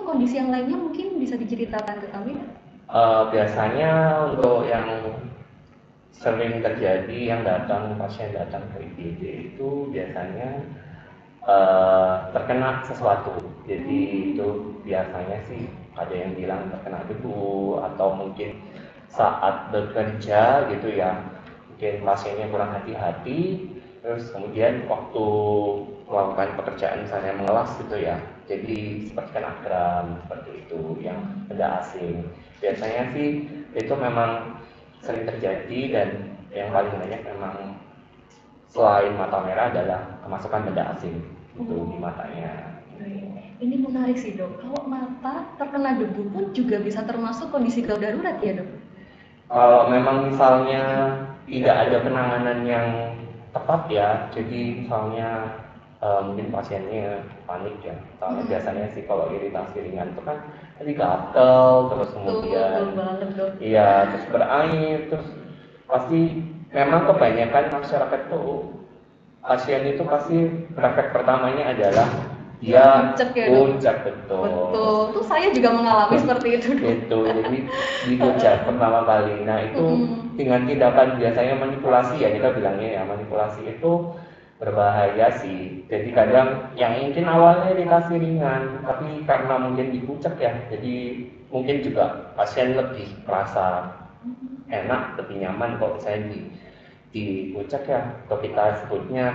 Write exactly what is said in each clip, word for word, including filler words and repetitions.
kondisi yang lainnya mungkin bisa diceritakan ke kami? Uh, biasanya untuk yang sering terjadi yang datang pasien datang ke I G D itu biasanya uh, terkena sesuatu. Jadi itu biasanya sih ada yang bilang terkena debu atau mungkin saat bekerja gitu ya, mungkin pasiennya kurang hati-hati, terus kemudian waktu melakukan pekerjaan misalnya mengelas gitu ya, jadi seperti kena kram seperti itu yang benda asing. Biasanya sih itu memang sering terjadi dan yang paling banyak memang selain mata merah adalah kemasukan benda asing itu di matanya. Ini menarik sih dok, kalau mata terkena debu pun juga bisa termasuk kondisi gawat darurat ya dok? Kalau memang misalnya tidak ada penanganan yang tepat ya, jadi misalnya uh, mungkin pasiennya panik ya, misalnya Hmm. biasanya sih kalau iritasi ringan itu kan tadi gatel, terus kemudian iya terus berair, terus pasti memang kebanyakan masyarakat tuh pasien itu pasti refleks pertamanya adalah dia puncak ya dok? puncak, betul. Betul, tuh saya juga mengalami seperti itu dok. Itu jadi di puncak pertama kali. Nah itu dengan tindakan biasanya manipulasi ya, kita bilangnya ya manipulasi itu berbahaya sih. Jadi kadang yang mungkin awalnya iritasi ringan, tapi karena mungkin di puncak ya, jadi mungkin juga pasien lebih merasa enak, lebih nyaman kalau saya di di puncak ya, atau kita sebutnya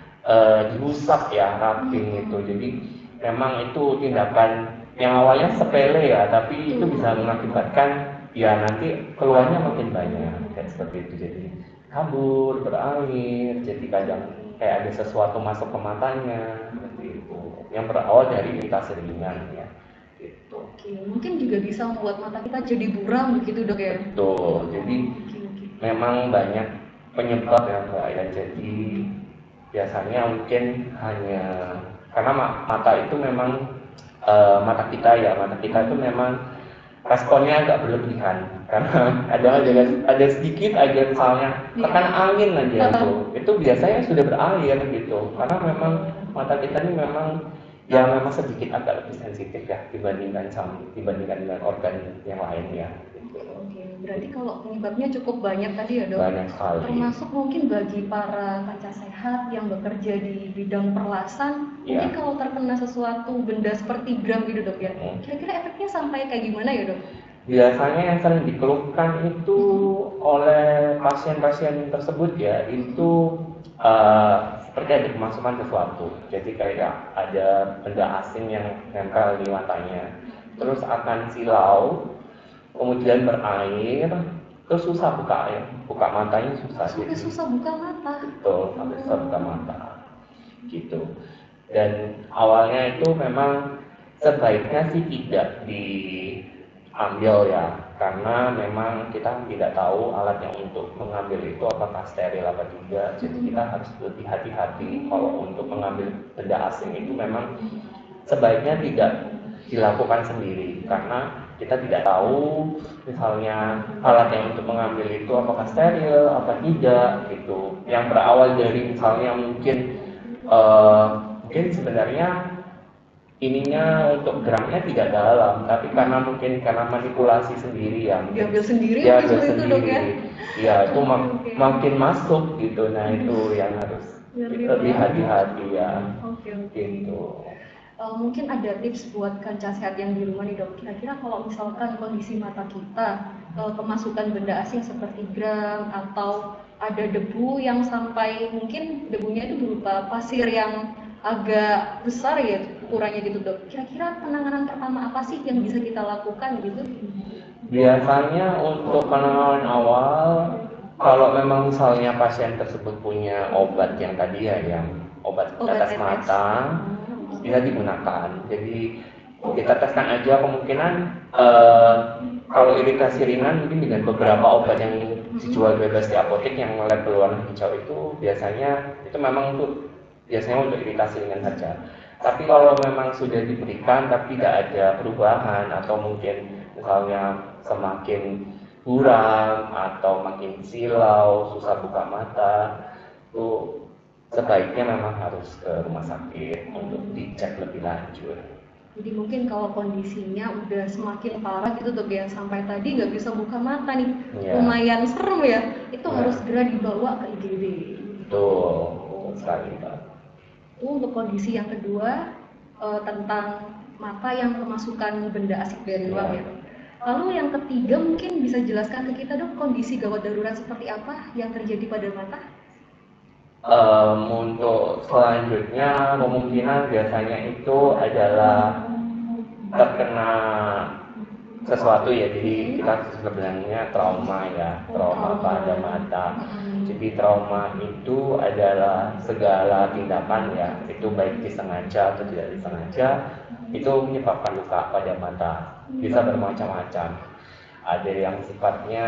uh, diusap ya, rubbing itu. Jadi memang itu tindakan yang awalnya sepele ya, tapi itu bisa mengakibatkan ya nanti keluarnya makin banyak kayak seperti itu. Jadi kabur, berair, jadi kadang kayak ada sesuatu masuk ke matanya seperti itu. Yang berawal dari iritasi ringan ya. Gitu. Oke, mungkin juga bisa membuat mata kita jadi buram begitu dok ya? Betul. Jadi Oke, oke. memang banyak penyebab yang ya. Jadi biasanya mungkin hanya karena mata itu memang uh, mata kita ya mata kita itu memang responnya agak berlebihan karena ada ada ada sedikit aja misalnya tekan angin aja itu itu biasanya sudah berair gitu karena memang mata kita ini memang ya memang sedikit agak lebih sensitif ya dibandingkan sama dibandingkan dengan organ yang lainnya. Oke, berarti kalau penyebabnya cukup banyak tadi ya dok? Banyak sekali. Termasuk mungkin bagi para kaca sehat yang bekerja di bidang perlasan, ya. Mungkin kalau terkena sesuatu benda seperti gram gitu dok ya, hmm. kira-kira efeknya sampai kayak gimana ya dok? Biasanya yang sering dikeluhkan itu hmm. oleh pasien-pasien tersebut ya, itu uh, seperti ada kemasukan sesuatu. Jadi kayak ada benda asing yang nempel di matanya, terus akan silau, kemudian berair, terus susah buka ya, buka matanya susah. Sampai jadi susah buka mata. Betul, sampai susah buka mata, gitu. Dan awalnya itu memang sebaiknya sih tidak diambil ya, karena memang kita tidak tahu alat yang untuk mengambil itu apakah steril apa tidak. Jadi kita harus lebih hati-hati kalau untuk mengambil benda asing itu memang sebaiknya tidak dilakukan sendiri karena kita tidak tahu misalnya alat yang untuk mengambil itu apakah steril apa tidak gitu, yang berawal dari misalnya mungkin uh, mungkin sebenarnya ininya untuk gramnya tidak dalam, tapi karena mungkin karena manipulasi sendiri yang diambil sendiri diambil itu sendiri dok ya, ya itu mak okay. makin masuk gitu. Nah itu yang harus lebih hati-hati ya. Oke, oke. Gitu. Uh, mungkin ada tips buat kaca sehat yang di rumah nih dok. Kira-kira kalau misalkan kondisi mata kita uh, kemasukan benda asing seperti gram atau ada debu yang sampai mungkin debunya itu berupa pasir yang agak besar ya ukurannya gitu dok. Kira-kira penanganan pertama apa sih yang bisa kita lakukan gitu? Biasanya untuk penanganan awal, kalau memang misalnya pasien tersebut punya obat yang tadi ya, yang obat, obat tetes mata, bisa digunakan. Jadi kita teskan aja kemungkinan uh, kalau iritasi ringan mungkin dengan beberapa obat yang dijual bebas di apotek yang label warna hijau itu biasanya itu memang untuk biasanya untuk iritasi ringan saja. Tapi kalau memang sudah diberikan tapi tidak ada perubahan atau mungkin misalnya semakin buram atau makin silau, susah buka mata, itu sebaiknya memang harus ke rumah sakit untuk dicek lebih lanjut. Jadi mungkin kalau kondisinya udah semakin parah gitu dok ya, sampai tadi nggak bisa buka mata nih, ya. lumayan serem ya, itu ya. harus segera dibawa ke I G D. Tuh, sekali Pak. Itu untuk kondisi yang kedua eh, tentang mata yang kemasukan benda asing dari luar ya. Lalu yang ketiga mungkin bisa jelaskan ke kita dok, kondisi gawat darurat seperti apa yang terjadi pada mata? Um, untuk selanjutnya kemungkinan biasanya itu adalah terkena sesuatu ya, jadi kita sebenarnya trauma ya, trauma pada mata. Jadi trauma itu adalah segala tindakan ya, itu baik disengaja atau tidak disengaja, itu menyebabkan luka pada mata. Bisa bermacam-macam. Ada yang sifatnya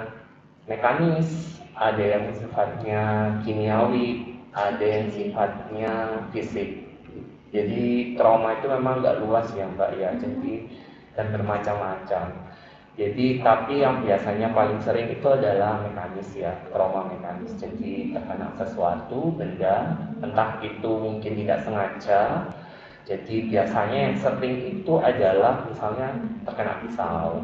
mekanis, ada yang sifatnya kimiawi, ada yang sifatnya fisik. Jadi trauma itu memang nggak luas ya Mbak ya, jadi dan bermacam-macam. Jadi tapi yang biasanya paling sering itu adalah mekanis ya, trauma mekanis. Jadi terkena sesuatu benda, entah itu mungkin tidak sengaja. Jadi biasanya yang sering itu adalah misalnya terkena pisau.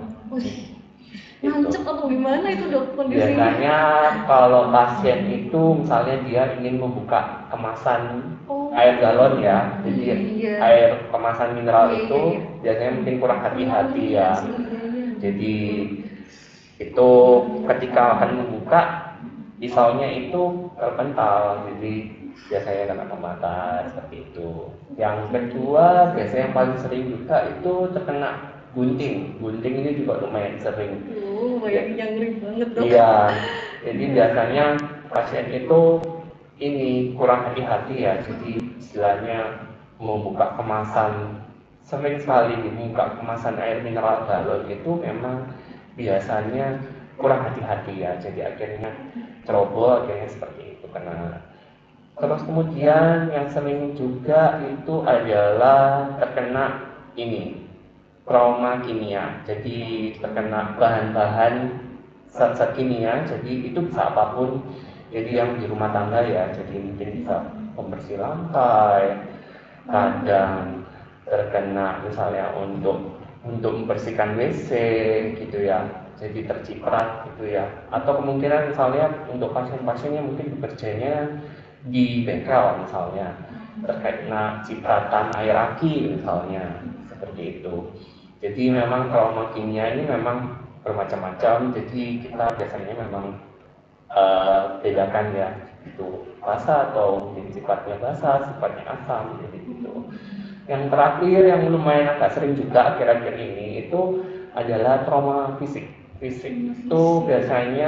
Nancep atau gimana itu dok kondisinya? Biasanya kalau pasien itu misalnya dia ingin membuka kemasan oh. air galon ya, jadi iya. air kemasan mineral iya, itu iya, iya. biasanya mungkin kurang hati-hati ya. Iya, iya. Jadi itu ketika akan membuka pisaunya itu terpental, jadi biasanya kena ke mata seperti itu. Yang kedua biasanya yang paling sering juga itu terkena gunting. Gunting ini juga lumayan sering. Oh, bayangin yang ngeri banget dok. Iya, jadi biasanya pasien itu ini kurang hati-hati ya, jadi istilahnya membuka kemasan, sering sekali membuka kemasan air mineral galon itu memang biasanya kurang hati-hati ya, jadi akhirnya ceroboh, akhirnya seperti itu kena. Terus kemudian yang sering juga itu adalah terkena ini trauma kimia, jadi terkena bahan-bahan zat-zat kimia, jadi itu bisa apapun, jadi yang di rumah tangga ya, jadi mungkin bisa pembersih lantai, kadang terkena misalnya untuk untuk membersihkan W C gitu ya, jadi terciprat gitu ya, atau kemungkinan misalnya untuk pasien-pasien yang mungkin bekerjanya di bengkel misalnya, terkena cipratan air aki misalnya, seperti itu. Jadi memang trauma kimia ini memang bermacam-macam, jadi kita biasanya memang uh, bedakan ya, itu basah atau mungkin sifatnya basah, sifatnya asam, jadi gitu. Yang terakhir yang lumayan agak sering juga akhir-akhir ini itu adalah trauma fisik. Fisik itu biasanya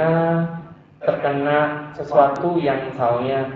terkena sesuatu yang misalnya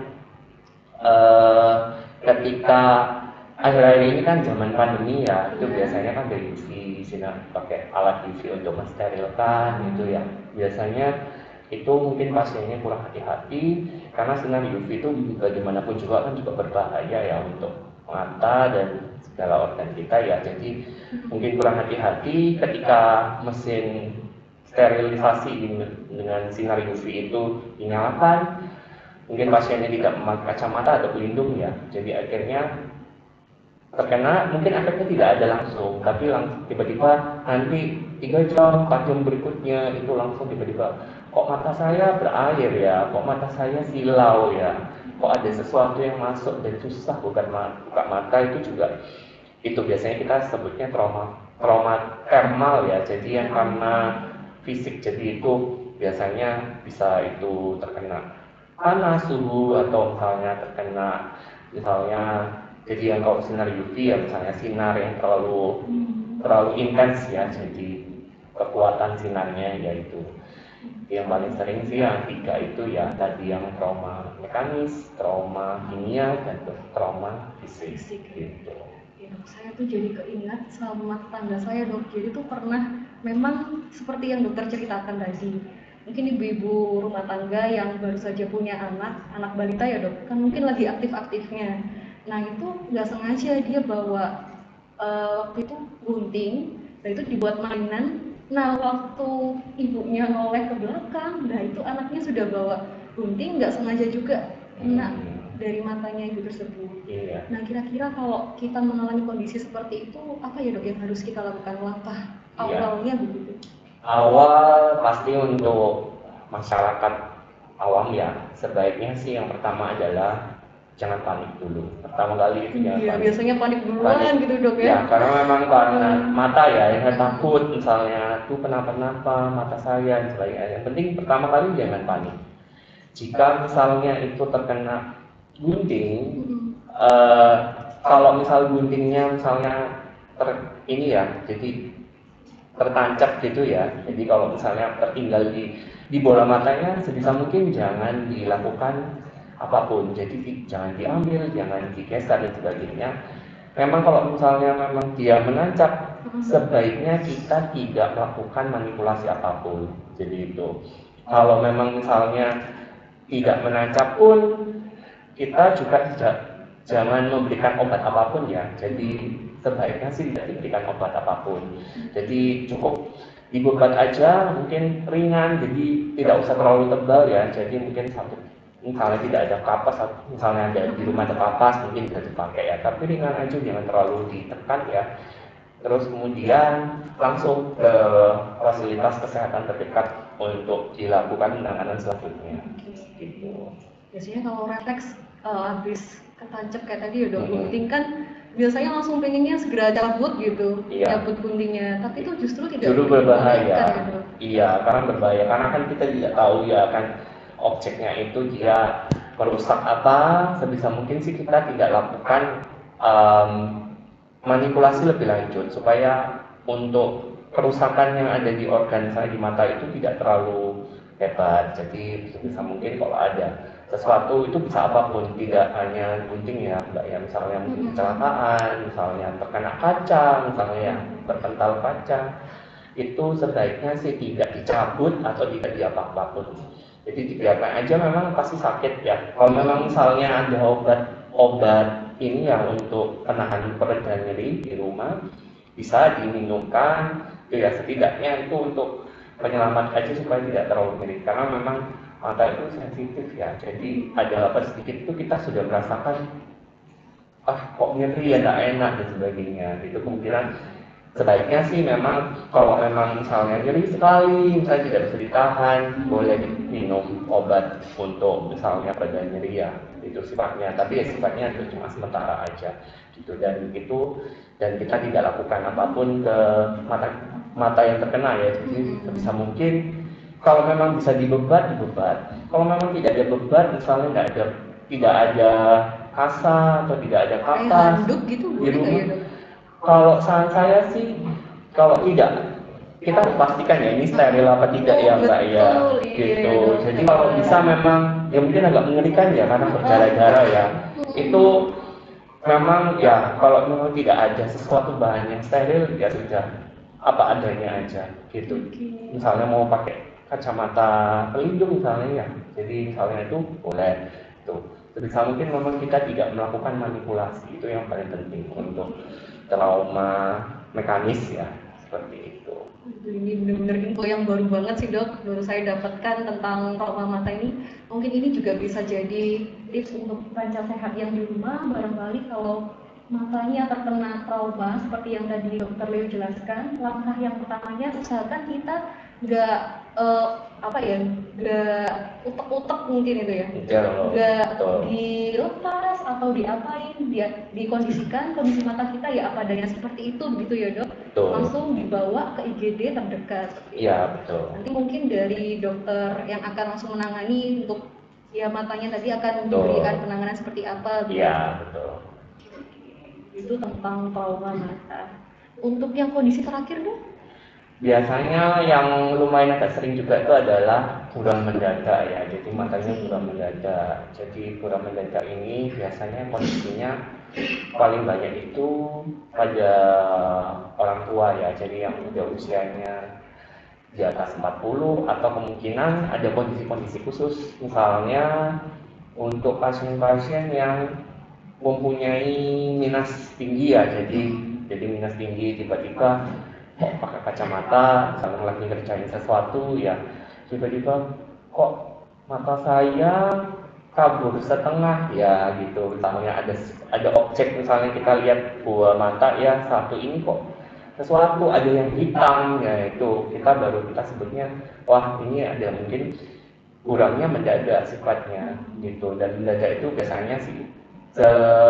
uh, ketika akhir-akhir ini kan zaman pandemi ya, itu biasanya kan dari U V sinar pakai alat U V untuk mensterilkan itu ya. Biasanya itu mungkin pasiennya kurang hati-hati karena sinar U V itu bagaimanapun juga kan juga berbahaya ya untuk mata dan segala organ kita ya. Jadi mungkin kurang hati-hati ketika mesin sterilisasi dengan sinar U V itu dinyalakan, mungkin pasiennya tidak memakai kacamata atau pelindung ya, jadi akhirnya terkena, mungkin efeknya tidak ada langsung, tapi langsung tiba-tiba nanti tiga jam, empat jam berikutnya itu langsung tiba-tiba kok mata saya berair ya, kok mata saya silau ya, kok ada sesuatu yang masuk dan susah bukan buka mata, itu juga itu biasanya kita sebutnya trauma trauma thermal ya, jadi yang karena fisik, jadi itu biasanya bisa itu terkena panas suhu atau misalnya terkena misalnya jadi yang kalau sinar U V ya misalnya sinar yang terlalu terlalu intens ya, jadi kekuatan sinarnya yaitu yang paling sering sih yang tiga itu ya tadi, yang trauma mekanis, trauma kimia, dan trauma fisik gitu. Ya, saya tuh jadi keingat sama tetangga saya dok, jadi tuh pernah memang seperti yang dokter ceritakan tadi, mungkin ibu-ibu rumah tangga yang baru saja punya anak, anak balita ya dok, kan mungkin lagi aktif-aktifnya. Nah itu nggak sengaja dia bawa uh, waktu itu gunting, nah itu dibuat mainan. Nah waktu ibunya noleh ke belakang, nah itu anaknya sudah bawa gunting, nggak sengaja juga kena dari matanya ibu tersebut. Iya. Nah, kira-kira kalau kita mengalami kondisi seperti itu, apa ya dok yang harus kita lakukan langkah Iya. awalnya begitu? Awal pasti untuk masyarakat awam ya, sebaiknya sih yang pertama adalah jangan panik dulu. Pertama kali itu jangan Iya, panik. biasanya panik duluan Panik. gitu dok ya. Ya, karena memang karena Hmm. mata ya, yang takut misalnya tuh kenapa-napa mata saya dan sebagainya. Yang penting pertama kali jangan panik. Jika misalnya itu terkena gunting, Hmm. eh, kalau misal guntingnya misalnya ter, ini ya, jadi tertancap gitu ya. Jadi kalau misalnya tertinggal di di bola matanya, sebisa mungkin jangan dilakukan apapun. Jadi di- jangan diambil, jangan digeser dan sebagainya. Memang kalau misalnya memang dia menancap, sebaiknya kita tidak melakukan manipulasi apapun. Jadi itu. Kalau memang misalnya tidak menancap pun, kita juga tidak jangan memberikan obat apapun ya. Jadi sebaiknya sih tidak diberikan obat apapun. Jadi cukup dibebat aja, mungkin ringan, jadi tidak usah terlalu tebal ya. Jadi mungkin satu misalnya tidak ada kapas, misalnya ada di rumah ada kapas mungkin bisa dipakai ya. Tapi ringan aja, jangan terlalu ditekan ya. Terus kemudian langsung ke fasilitas kesehatan terdekat untuk dilakukan penanganan selanjutnya. Gitu. Biasanya kalau refleks uh, habis ketancap kayak tadi ya dok, Mm-hmm. gunting kan biasanya langsung pengennya segera cabut gitu, Iya. cabut guntingnya, tapi itu justru tidak Dulu dibolehkan berbahaya. ya dok. Iya, karena berbahaya karena kan kita tidak tahu ya kan objeknya itu dia merusak apa. Sebisa mungkin sih kita tidak lakukan um, manipulasi lebih lanjut supaya untuk kerusakan yang ada di organ saya di mata itu tidak terlalu hebat. Jadi sebisa mungkin kalau ada sesuatu itu bisa apapun, tidak hanya gunting ya mbak ya, misalnya mungkin kecelakaan, misalnya terkena kaca, misalnya yang terpental kaca, itu sebaiknya sih tidak dicabut atau tidak diapa-apapun. Jadi dibiarkan aja, memang pasti sakit ya. Kalau memang misalnya ada obat-obat ini yang untuk penahan pereda nyeri di rumah, bisa diminumkan, itu ya setidaknya itu untuk penyelamat aja supaya tidak terlalu nyeri. Karena memang mata itu sensitif ya, jadi ada apa sedikit itu kita sudah merasakan ah kok nyeri ya, tidak enak dan sebagainya. Itu kemungkinan sebaiknya sih memang kalau memang misalnya nyeri sekali, misalnya tidak bisa ditahan, boleh minum obat untuk misalnya pada nyeri ya, itu sifatnya. Tapi ya sifatnya itu cuma sementara aja gitu, dan itu dan kita tidak lakukan apapun ke mata mata yang terkena ya. Jadi sebisa mungkin kalau memang bisa dibebat, dibebat. Kalau memang tidak ada bebat, misalnya tidak ada tidak ada kasa atau tidak ada kapas gitu, di rumah. ya, kalau saran saya sih, kalau tidak, kita pastikan ya ini steril apa tidak ya mbak ya, gitu. Jadi kalau bisa memang, ya mungkin agak mengerikan ya karena berdarah-darah ya. Itu memang ya kalau memang tidak ada sesuatu bahan yang steril ya sudah apa adanya aja gitu. Misalnya mau pakai kacamata pelindung misalnya ya, jadi misalnya itu boleh tuh. Sebisa mungkin memang kita tidak melakukan manipulasi, itu yang paling penting untuk trauma mekanis ya, seperti itu. Ini benar-benar info yang baru banget sih dok, baru saya dapatkan tentang trauma mata ini. Mungkin ini juga bisa jadi tips untuk panca sehat yang di rumah. Barangkali kalau matanya terkena trauma seperti yang tadi dokter Leo jelaskan, langkah yang pertamanya usahakan kita nggak uh, apa ya, nggak utek-utek mungkin itu ya, nggak dilepas atau diapain, dia dikondisikan kondisi mata kita ya apa adanya seperti itu begitu ya dok. Betul. Langsung dibawa ke I G D terdekat. Iya betul. Nanti mungkin dari dokter yang akan langsung menangani untuk ya matanya tadi akan diberikan penanganan seperti apa. Iya betul. Itu tentang trauma mata. Untuk yang kondisi terakhir dok? Biasanya yang lumayan agak sering juga itu adalah buram mendadak ya. Jadi matanya buram mendadak. Jadi buram mendadak ini biasanya kondisinya paling banyak itu pada orang tua ya. Jadi yang udah usianya di atas empat puluh, atau kemungkinan ada kondisi-kondisi khusus, misalnya untuk pasien-pasien yang mempunyai minus tinggi ya. Jadi jadi minus tinggi tiba-tiba kok pakai kacamata, misalnya lagi ngerjain sesuatu ya, tiba-tiba kok mata saya kabur setengah ya gitu, misalnya ada ada objek, misalnya kita lihat dua mata ya, satu ini kok sesuatu ada yang hitam ya, itu kita baru kita sebutnya wah ini ada mungkin kurangnya mendadak sifatnya gitu. Dan mendadak itu biasanya sih se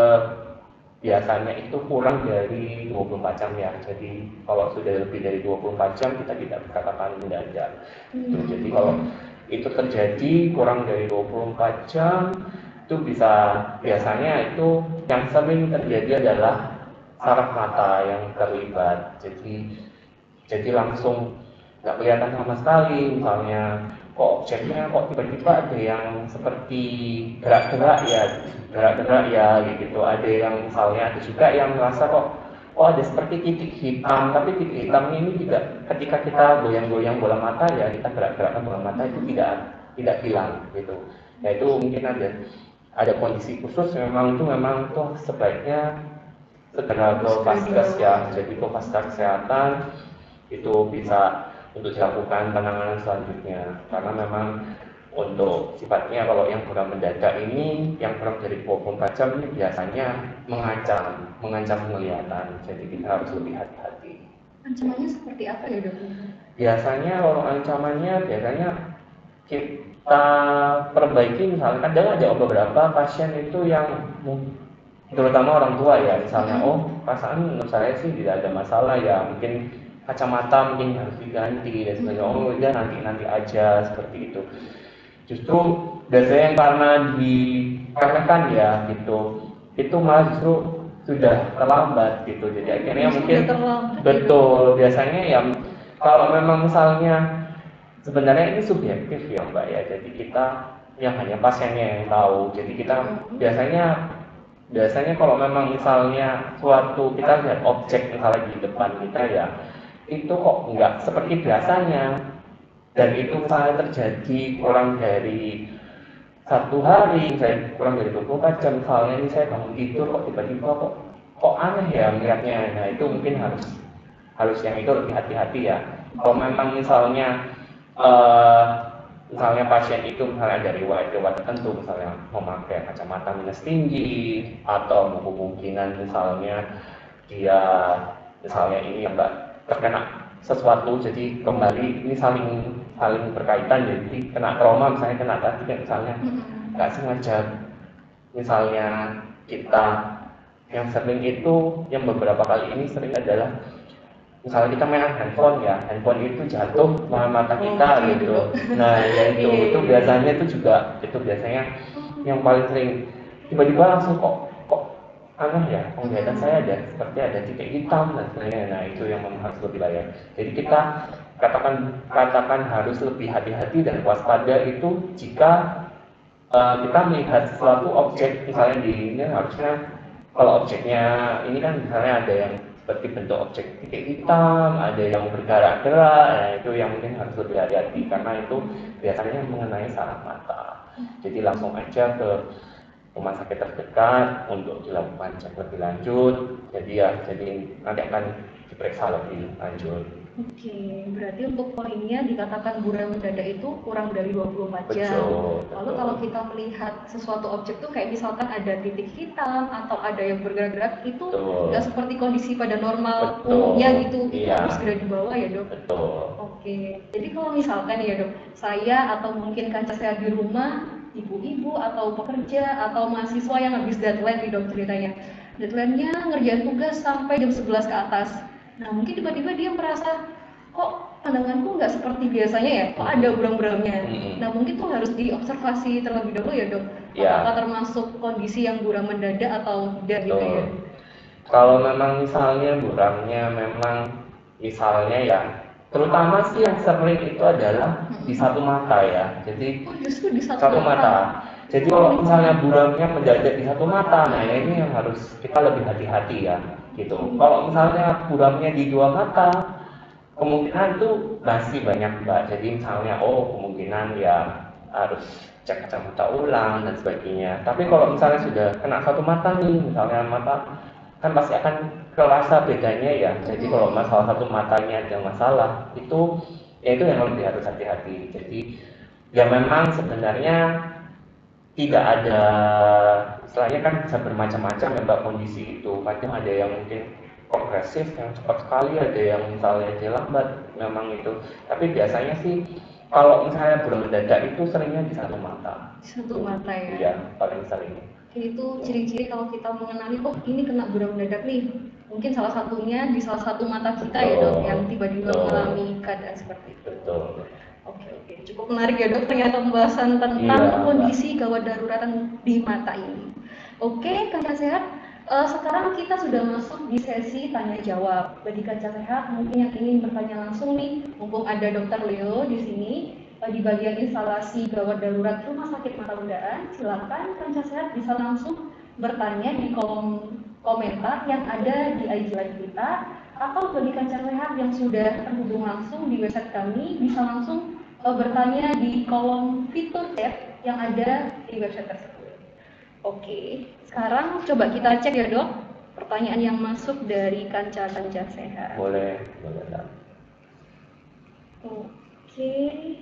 biasanya itu kurang dari dua puluh empat jam ya. Jadi kalau sudah lebih dari dua puluh empat jam kita tidak dikatakan mendadak. Gitu. Jadi kalau itu terjadi kurang dari dua puluh empat jam itu bisa, biasanya itu yang sering terjadi adalah saraf mata yang terlibat. Jadi jadi langsung nggak kelihatan sama sekali, misalnya kok objeknya kok tiba-tiba ada yang seperti gerak-gerak ya, gerak-gerak ya gitu. Ada yang misalnya ada juga yang merasa kok oh ada seperti titik hitam, tapi titik hitam ini tidak, ketika kita goyang-goyang bola mata ya, kita gerak-gerakkan bola mata itu tidak tidak hilang gitu. Ya itu mungkin ada ada kondisi khusus, memang itu memang tuh sebaiknya segera ke vaskes ya. Jadi ke fasilitas kesehatan itu bisa untuk dilakukan penanganan selanjutnya, karena memang untuk sifatnya kalau yang kurang mendadak ini, yang kurang dari dua puluh empat jam ini biasanya mengancam mengancam penglihatan, jadi kita harus lebih hati-hati. Ancamannya seperti apa ya dok? Biasanya kalau ancamannya biasanya kita perbaiki, misalnya kadang ada beberapa pasien itu yang terutama orang tua ya, misalnya oh perasaan menurut saya sih tidak ada masalah ya, mungkin kacamata mungkin harus diganti dan sebagainya, oh udah nanti nanti aja seperti itu. Justru biasanya yang karena dikarenakan ya gitu, itu malah justru sudah terlambat gitu. Jadi akhirnya Sudah mungkin terlambat, betul ya. Biasanya ya kalau memang misalnya sebenarnya ini subjektif ya Mbak ya, jadi kita yang hanya pasiennya yang tahu. Jadi kita biasanya biasanya kalau memang misalnya suatu kita lihat objek misalnya di depan kita ya, itu kok nggak seperti biasanya, dan itu misalnya terjadi kurang dari satu hari, saya kurang dari dua puluh empat jam, misalnya ini saya bangun tidur kok tiba-tiba kok kok aneh ya melihatnya. Nah itu mungkin harus harus yang itu lebih hati-hati ya. Kalau memang misalnya uh, misalnya pasien itu misalnya ada riwayat-riwayat tertentu, misalnya memakai kacamata minus tinggi, atau kemungkinan misalnya dia misalnya ini yang enggak terkena sesuatu, jadi kembali ini saling saling berkaitan, jadi kena trauma, misalnya kena tadi kan misalnya nggak sengaja, misalnya kita yang sering itu yang beberapa kali ini sering adalah misalnya kita main handphone ya, handphone itu jatuh sama mata kita oh, gitu. Nah ya itu itu biasanya itu juga itu biasanya yang paling sering, tiba-tiba langsung kok kok aneh ya, penglihatan saya ada seperti ada titik hitam dan sebagainya. Nah itu yang harus lebih layak. Jadi kita katakan katakan harus lebih hati-hati dan waspada itu jika uh, kita melihat sesuatu objek, misalnya di ini harusnya kalau objeknya ini kan misalnya ada yang seperti bentuk objek titik hitam, ada yang bergerak-gerak, nah itu yang mungkin harus lebih hati-hati karena itu biasanya mengenai saraf mata. Jadi langsung aja ke rumah sakit terdekat untuk dilakukan cek lebih lanjut. Jadi ya, jadi nanti akan diperiksa lebih lanjut. Oke, berarti untuk poinnya dikatakan buram mendadak itu kurang dari dua puluh empat jam. Betul, Lalu betul. kalau kita melihat sesuatu objek tuh kayak misalkan ada titik hitam atau ada yang bergerak-gerak, itu nggak seperti kondisi pada normal umumnya gitu, itu iya. Harus segera dibawa ya dok? Betul. Oke, jadi kalau misalkan ya dok, saya atau mungkin kaca saya di rumah, ibu-ibu atau pekerja atau mahasiswa yang habis deadline nih dok ceritanya, deadline-nya ngerjain tugas sampai jam sebelas ke atas. Nah mungkin tiba-tiba dia merasa kok pandanganku nggak seperti biasanya ya, kok ada buram-buramnya. Hmm. Nah mungkin tuh harus diobservasi terlebih dahulu ya dok, ya. Apakah termasuk kondisi yang buram mendadak atau tidak gitu ya? Kalau memang misalnya buramnya memang misalnya ya, terutama sih yang sering itu adalah hmm. di satu mata ya. Jadi oh, justru di satu, satu mata. mata. Jadi kalau oh, misalnya buramnya mendadak di satu mata, nah ini yang harus kita lebih hati-hati ya, gitu. Hmm. Kalau misalnya buramnya di dua mata, kemungkinan itu masih banyak Mbak. Jadi misalnya oh kemungkinan ya harus cek kacamata ulang dan sebagainya. Tapi kalau misalnya sudah kena satu mata nih, misalnya mata kan pasti akan kerasa bedanya ya. Jadi kalau masalah satu matanya ada masalah, itu ya itu yang lebih harus hati-hati. Jadi ya memang sebenarnya tidak ada, istilahnya kan bisa bermacam-macam ya Mbak kondisi itu. Kadang ada yang mungkin progresif yang cepat sekali, ada yang misalnya dia lambat memang itu. Tapi biasanya sih kalau misalnya buram mendadak itu seringnya di satu mata. Di satu mata ya. Iya, paling sering. Itu ciri-ciri kalau kita mengenali, oh ini kena buram mendadak nih. Mungkin salah satunya di salah satu mata kita ya dok, yang tiba-tiba mengalami keadaan seperti itu. Betul. Oke oke, cukup menarik ya dok ternyata pembahasan tentang iya, kondisi gawat daruratan di mata ini. Oke, kaca sehat. Uh, sekarang kita sudah masuk di sesi tanya jawab. Bagi kaca sehat mungkin yang ingin bertanya langsung nih, mumpung ada dokter Leo di sini uh, di bagian instalasi gawat darurat Rumah Sakit Mata Undaan, silakan kaca sehat bisa langsung bertanya di kolom komentar yang ada di I G Live kita, atau bagi kaca sehat yang sudah terhubung langsung di website kami bisa langsung uh, bertanya di kolom fitur chat yang ada di website tersebut. Oke, sekarang coba kita cek ya dok, pertanyaan yang masuk dari kanca-kanca sehat. Boleh, boleh dok. Oke.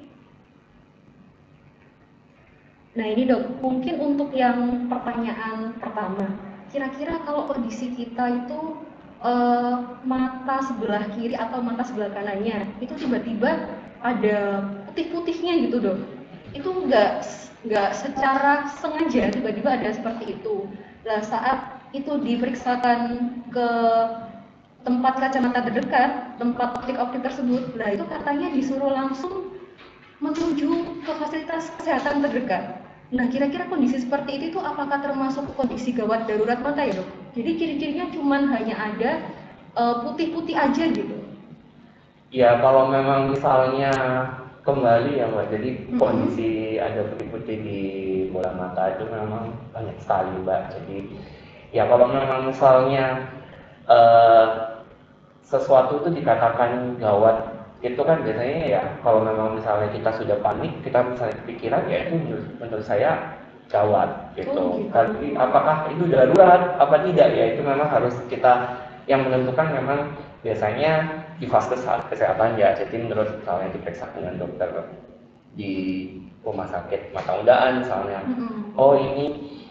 Nah ini dok, mungkin untuk yang pertanyaan pertama, kira-kira kalau kondisi kita itu uh, mata sebelah kiri atau mata sebelah kanannya, itu tiba-tiba ada putih-putihnya gitu dok, itu enggak nggak secara sengaja tiba-tiba ada seperti itu. Nah saat itu diperiksakan ke tempat kacamata terdekat, tempat optik-optik tersebut, nah itu katanya disuruh langsung menuju ke fasilitas kesehatan terdekat. Nah kira-kira kondisi seperti itu apakah termasuk kondisi gawat darurat mata ya dok? Jadi ciri-cirinya cuma hanya ada uh, putih-putih aja gitu. Ya kalau memang misalnya kembali ya Mbak, jadi mm-hmm. kondisi ada putih-putih di bola mata itu memang banyak sekali Mbak. Jadi ya kalau memang misalnya uh, sesuatu itu dikatakan gawat, itu kan biasanya ya kalau memang misalnya kita sudah panik, kita misalnya kepikiran ya itu menurut, menurut saya gawat gitu. Oh, gitu. Tapi apakah itu darurat apa tidak ya itu memang harus kita yang menentukan memang biasanya di vaskes kesehatan ya. Jadi menurut misalnya diperiksa dengan dokter di rumah sakit mata undaan misalnya, mm-hmm. oh ini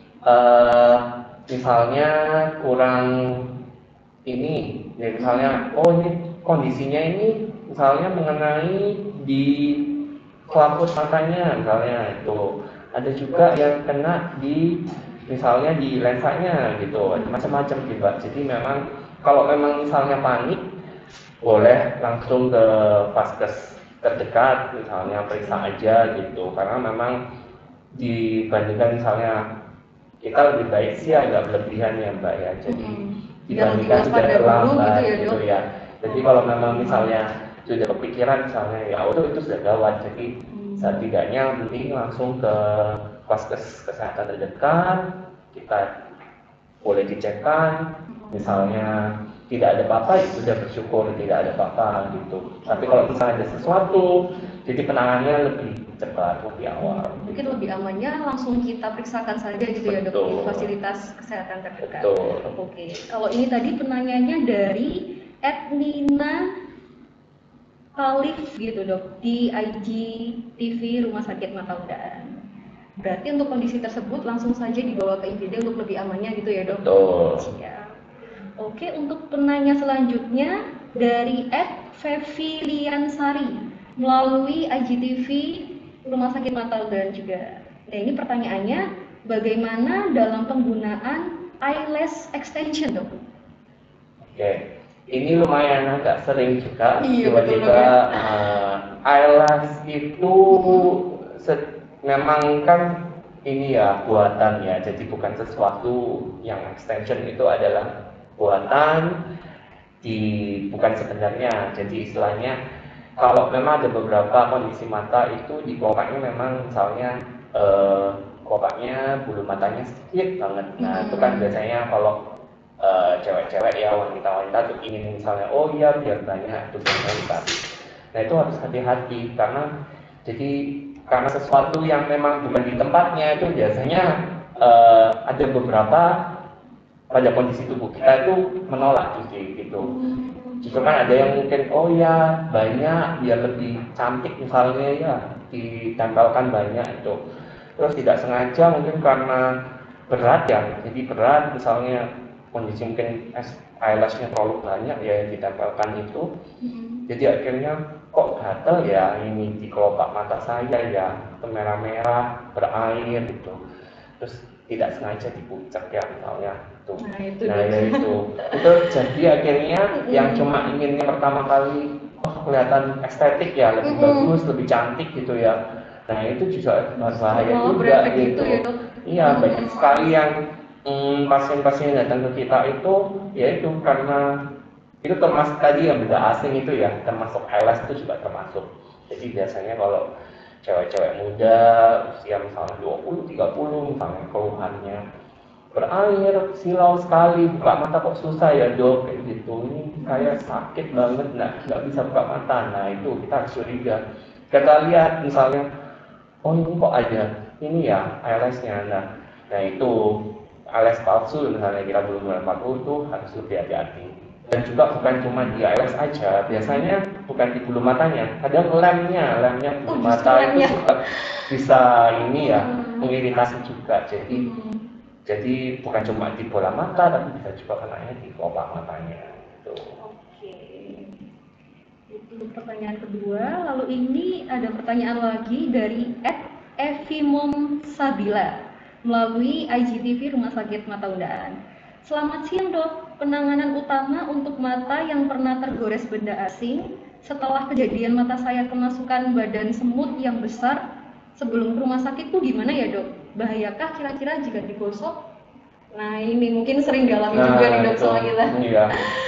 uh, misalnya kurang ini, ya misalnya oh ini kondisinya ini misalnya mengenai di selaput matanya misalnya itu, ada juga yang kena di misalnya di lensanya gitu, macam-macam gitu. Jadi memang kalau memang misalnya panik boleh langsung ke vaskes terdekat misalnya periksa aja gitu, karena memang dibandingkan misalnya kita lebih baik sih agak berlebihan ya Mbak ya, jadi hmm. dibandingkan sudah terlambat gitu ya, gitu ya. Jadi kalau memang misalnya sudah kepikiran misalnya ya itu itu sudah gawat, jadi hmm. setidaknya mending langsung ke vaskes kesehatan terdekat, kita boleh dicekkan misalnya tidak ada apa-apa ya sudah bersyukur tidak ada apa-apa gitu. Tapi kalau misalnya ada sesuatu, jadi penanganannya lebih cepat, lebih awal. Mungkin lebih amannya langsung kita periksakan saja gitu. Betul. Ya dok, di fasilitas kesehatan terdekat. Betul. Oke, kalau ini tadi penanyanya dari Ednina Khalif gitu dok, di I G T V Rumah Sakit Mata Undaan. Berarti untuk kondisi tersebut langsung saja dibawa ke I G D untuk lebih amannya gitu ya dok? Betul. Ya. Oke, untuk penanya selanjutnya dari Ed Feviliansari melalui I G T V Rumah Sakit Mata Undaan juga. Nah ini pertanyaannya, bagaimana dalam penggunaan eyelash extension dok? Oke, ini lumayan agak sering juga tiba-tiba uh, eyelash itu se- memang kan ini ya buatan ya, jadi bukan sesuatu yang extension, itu adalah buatan di bukan sebenarnya. Jadi istilahnya kalau memang ada beberapa kondisi mata itu di kokaknya memang misalnya eh, kokaknya bulu matanya sedikit banget. Nah itu kan biasanya kalau eh, cewek-cewek ya wanita-wanita tuh ingin misalnya oh iya biar banyak tuh wanita. Nah itu harus hati-hati karena jadi karena sesuatu yang memang bukan di tempatnya itu biasanya eh, ada beberapa pada kondisi tubuh kita itu menolak gitu, gitu. Justru kan ada yang mungkin oh ya banyak biar lebih cantik misalnya ya ditempelkan banyak itu. terus tidak sengaja mungkin karena berat ya, jadi berat misalnya kondisi mungkin eyelashnya terlalu banyak ya yang ditempelkan itu, Mm-hmm. jadi akhirnya kok gatel ya ini di kelopak mata saya ya, merah-merah berair gitu, terus tidak sengaja dipucek ya misalnya itu. Nah itu, Nah ya itu, itu jadi akhirnya yang cuma inginnya pertama kali oh kelihatan estetik ya, lebih Mm-mm. bagus, lebih cantik gitu ya. Nah itu juga berbahaya Oh, juga berefek gitu. gitu ya, Dok? Iya Mm-mm. banyak sekali yang hmm, pasien-pasien yang datang ke kita itu ya itu karena itu termasuk tadi yang benda asing itu ya, termasuk eyelash itu juga termasuk. Jadi biasanya kalau cewek-cewek muda usia misalnya dua puluh tiga puluh misalnya keluhannya berair, silau sekali, buka mata kok susah ya dok, kayak gitu, ini saya sakit banget, nah nggak bisa buka mata, nah itu kita harus curiga. Kita lihat misalnya, oh ini kok ada, ini ya eyelashnya, nah, nah itu eyelash palsu misalnya kita belum bulan empat puluh tuh harus lebih hati-hati. Dan juga bukan cuma di eyelash aja, biasanya bukan di bulu matanya, kadang lemnya, lemnya bulu Oh, mata itu lemnya juga bisa ini ya, mengiritasi juga, jadi Hmm. jadi bukan cuma di bola mata, tapi bisa juga kenanya di kelopak matanya. Gitu. Oke. Itu pertanyaan kedua. Lalu ini ada pertanyaan lagi dari at Evimom Sabila melalui I G T V Rumah Sakit Mata Undaan. Selamat siang dok, penanganan utama untuk mata yang pernah tergores benda asing setelah kejadian mata saya kemasukan badan semut yang besar sebelum ke rumah sakit tuh gimana ya dok? Bahayakah kira-kira jika digosok? Nah ini mungkin sering dialami Nah, juga nih dok itu, sama kita. iya.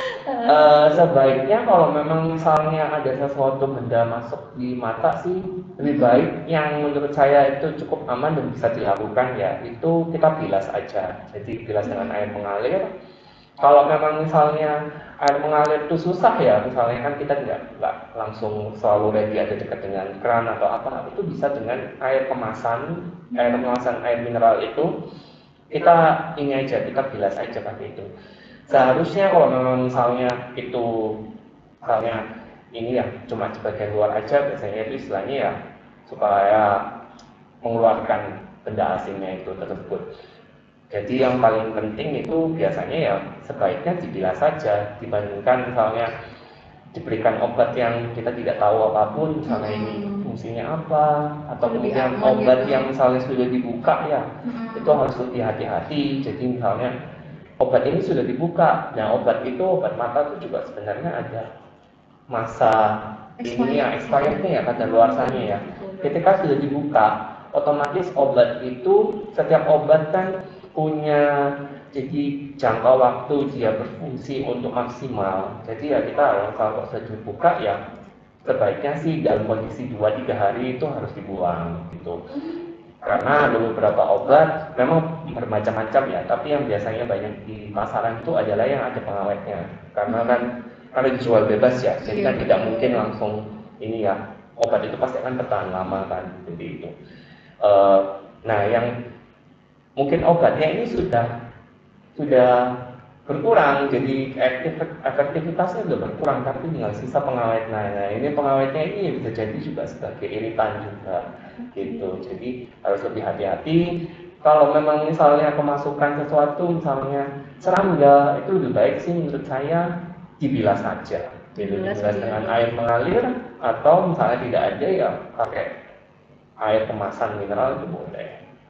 Uh, sebaiknya kalau memang misalnya ada sesuatu benda masuk di mata sih lebih baik yang menurut saya itu cukup aman dan bisa dilakukan ya itu kita bilas aja, jadi bilas dengan air mengalir. Kalau memang misalnya air mengalir itu susah ya, misalnya kan kita nggak nggak langsung selalu ready ada dekat dengan keran atau apa, itu bisa dengan air kemasan, air kemasan air mineral itu kita ini aja, kita bilas aja pakai itu. Seharusnya kalau memang misalnya itu misalnya ini ya cuma di bagian luar aja, biasanya itu istilahnya ya supaya mengeluarkan benda asingnya itu tersebut. Jadi yang paling penting itu biasanya ya sebaiknya dibilas saja dibandingkan misalnya diberikan obat yang kita tidak tahu apapun, misalnya ini fungsinya apa, atau Lebih kemudian aman obat gitu. yang misalnya sudah dibuka ya, Hmm. itu harus lebih hati-hati. Jadi misalnya obat ini sudah dibuka, nah obat itu obat mata itu juga sebenarnya ada masa ini ya expirednya ya, kadaluarsanya ya. Ketika sudah dibuka, otomatis obat itu setiap obat kan punya jadi jangka waktu dia berfungsi untuk maksimal. Jadi ya kita kalau sudah dibuka ya sebaiknya sih dalam kondisi dua tiga hari itu harus dibuang gitu. Karena ada beberapa obat memang bermacam-macam ya, tapi yang biasanya banyak di pasaran itu adalah yang ada pengawetnya. Karena kan karena dijual bebas ya, jadi kan tidak mungkin langsung ini ya, obat itu pasti akan bertahan lama kan, jadi itu. Uh, nah yang mungkin obatnya ini sudah sudah berkurang, jadi efektivitasnya sudah berkurang, tapi tinggal sisa pengawet. Nah, nah ini pengawetnya ini bisa jadi juga sebagai iritan juga, gitu. Jadi harus lebih hati-hati. Kalau memang misalnya kemasukan sesuatu, misalnya serangga, itu lebih baik sih menurut saya dibilas saja. Jadi dibilas dengan air mengalir, atau misalnya tidak ada ya pakai air kemasan mineral itu boleh.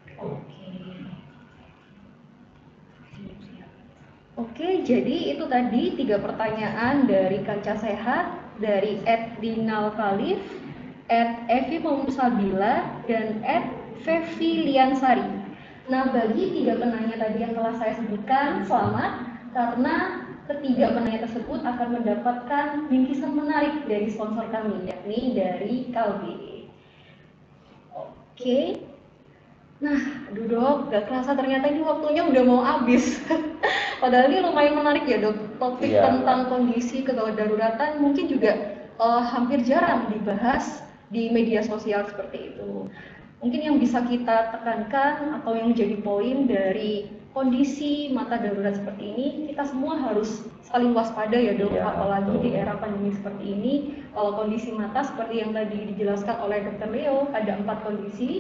Oke, jadi itu tadi tiga pertanyaan dari Kaca Sehat, dari Ed Dinal Khalif, Ed Evi Sabila, dan Ed Fevi Liansari. Nah, bagi tiga penanya tadi yang telah saya sebutkan, selamat, karena ketiga penanya tersebut akan mendapatkan bingkisan menarik dari sponsor kami, yakni dari Kalbe. Oke. Nah, aduh dok, gak kerasa ternyata ini waktunya udah mau habis. Padahal ini lumayan menarik ya dok, topik yeah, tentang kondisi kedaruratan mungkin juga uh, hampir jarang dibahas di media sosial seperti itu. Mungkin yang bisa kita tekankan atau yang jadi poin dari kondisi mata darurat seperti ini, kita semua harus saling waspada ya dok, yeah, apalagi betul. Di era pandemi seperti ini. Kalau kondisi mata seperti yang tadi dijelaskan oleh dokter Leo, ada empat kondisi.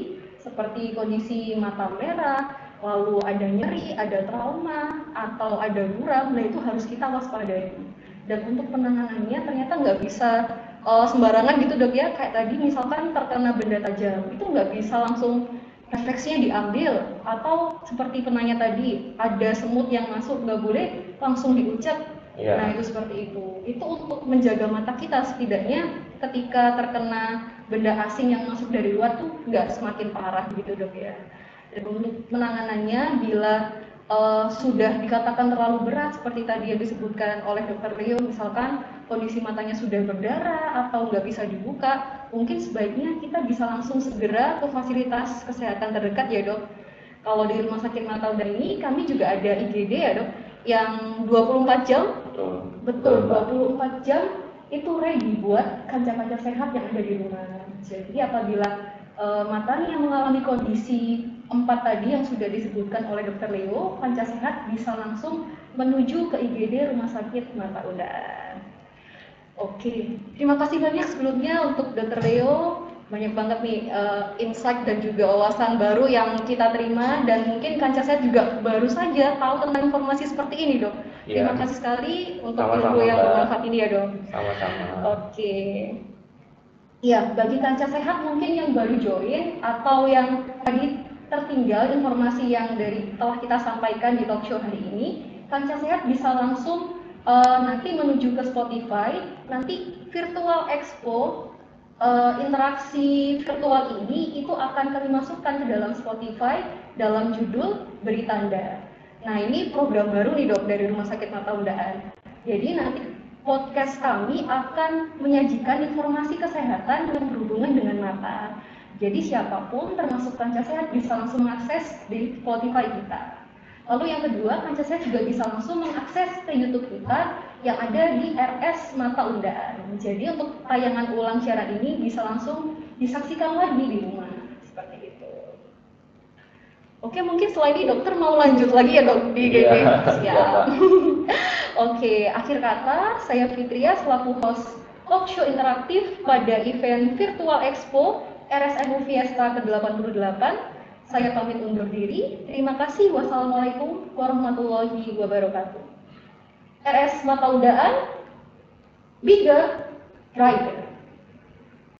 seperti kondisi mata merah, lalu ada nyeri, ada trauma, atau ada buram, nah itu harus kita waspadai. Dan untuk penanganannya ternyata nggak bisa uh, sembarangan gitu dok ya, kayak tadi misalkan terkena benda tajam, itu nggak bisa langsung refleksinya diambil, atau seperti penanya tadi, ada semut yang masuk nggak boleh langsung diucap. Yeah. Nah itu seperti itu. Itu untuk menjaga mata kita, setidaknya ketika terkena benda asing yang masuk dari luar tuh nggak semakin parah gitu dok ya. Dan untuk penanganannya bila uh, sudah dikatakan terlalu berat seperti tadi yang disebutkan oleh dokter Leo, misalkan kondisi matanya sudah berdarah atau nggak bisa dibuka, mungkin sebaiknya kita bisa langsung segera ke fasilitas kesehatan terdekat ya dok. Kalau di Rumah Sakit Mata Uda ini kami juga ada I G D ya dok, yang dua puluh empat jam, betul, betul dua puluh empat jam itu ready buat kanca-kanca sehat yang ada di rumah. Jadi apabila uh, matanya mengalami kondisi empat tadi yang sudah disebutkan oleh dokter Leo, kanca sehat bisa langsung menuju ke I G D Rumah Sakit Mata Uda. Oke, terima kasih banyak sebelumnya untuk dokter Leo. Banyak banget nih uh, insight dan juga wawasan baru yang kita terima, dan mungkin kanca sehat juga baru saja tahu tentang informasi seperti ini dok. Ya. Terima kasih sekali untuk ilmu yang bermanfaat ini ya dok. Sama-sama. Oke. Ya, bagi kanca sehat mungkin yang baru join atau yang tadi tertinggal informasi yang dari telah kita sampaikan di talk show hari ini, kanca sehat bisa langsung uh, nanti menuju ke Spotify. Nanti virtual expo uh, interaksi virtual ini itu akan kami masukkan ke dalam Spotify dalam judul Beri Tanda. Nah ini program baru nih dok dari Rumah Sakit Mata Undaan. Jadi nanti podcast kami akan menyajikan informasi kesehatan yang berhubungan dengan mata. Jadi siapapun termasuk kanca sehat bisa langsung mengakses di Spotify kita. Lalu yang kedua, kanca sehat juga bisa langsung mengakses ke YouTube kita yang ada di R S Mata Undaan. Jadi untuk tayangan ulang siaran ini bisa langsung disaksikan lagi di rumah. Seperti itu. Oke, mungkin setelah ini dokter mau lanjut lagi ya dok di G G. Siap. Oke, akhir kata saya Fitria selaku host talk show interaktif pada event Virtual Expo R S M U Fiesta ke delapan puluh delapan. Saya pamit undur diri. Terima kasih. Wassalamualaikum warahmatullahi wabarakatuh. R S Mata Undaan, bigger, brighter.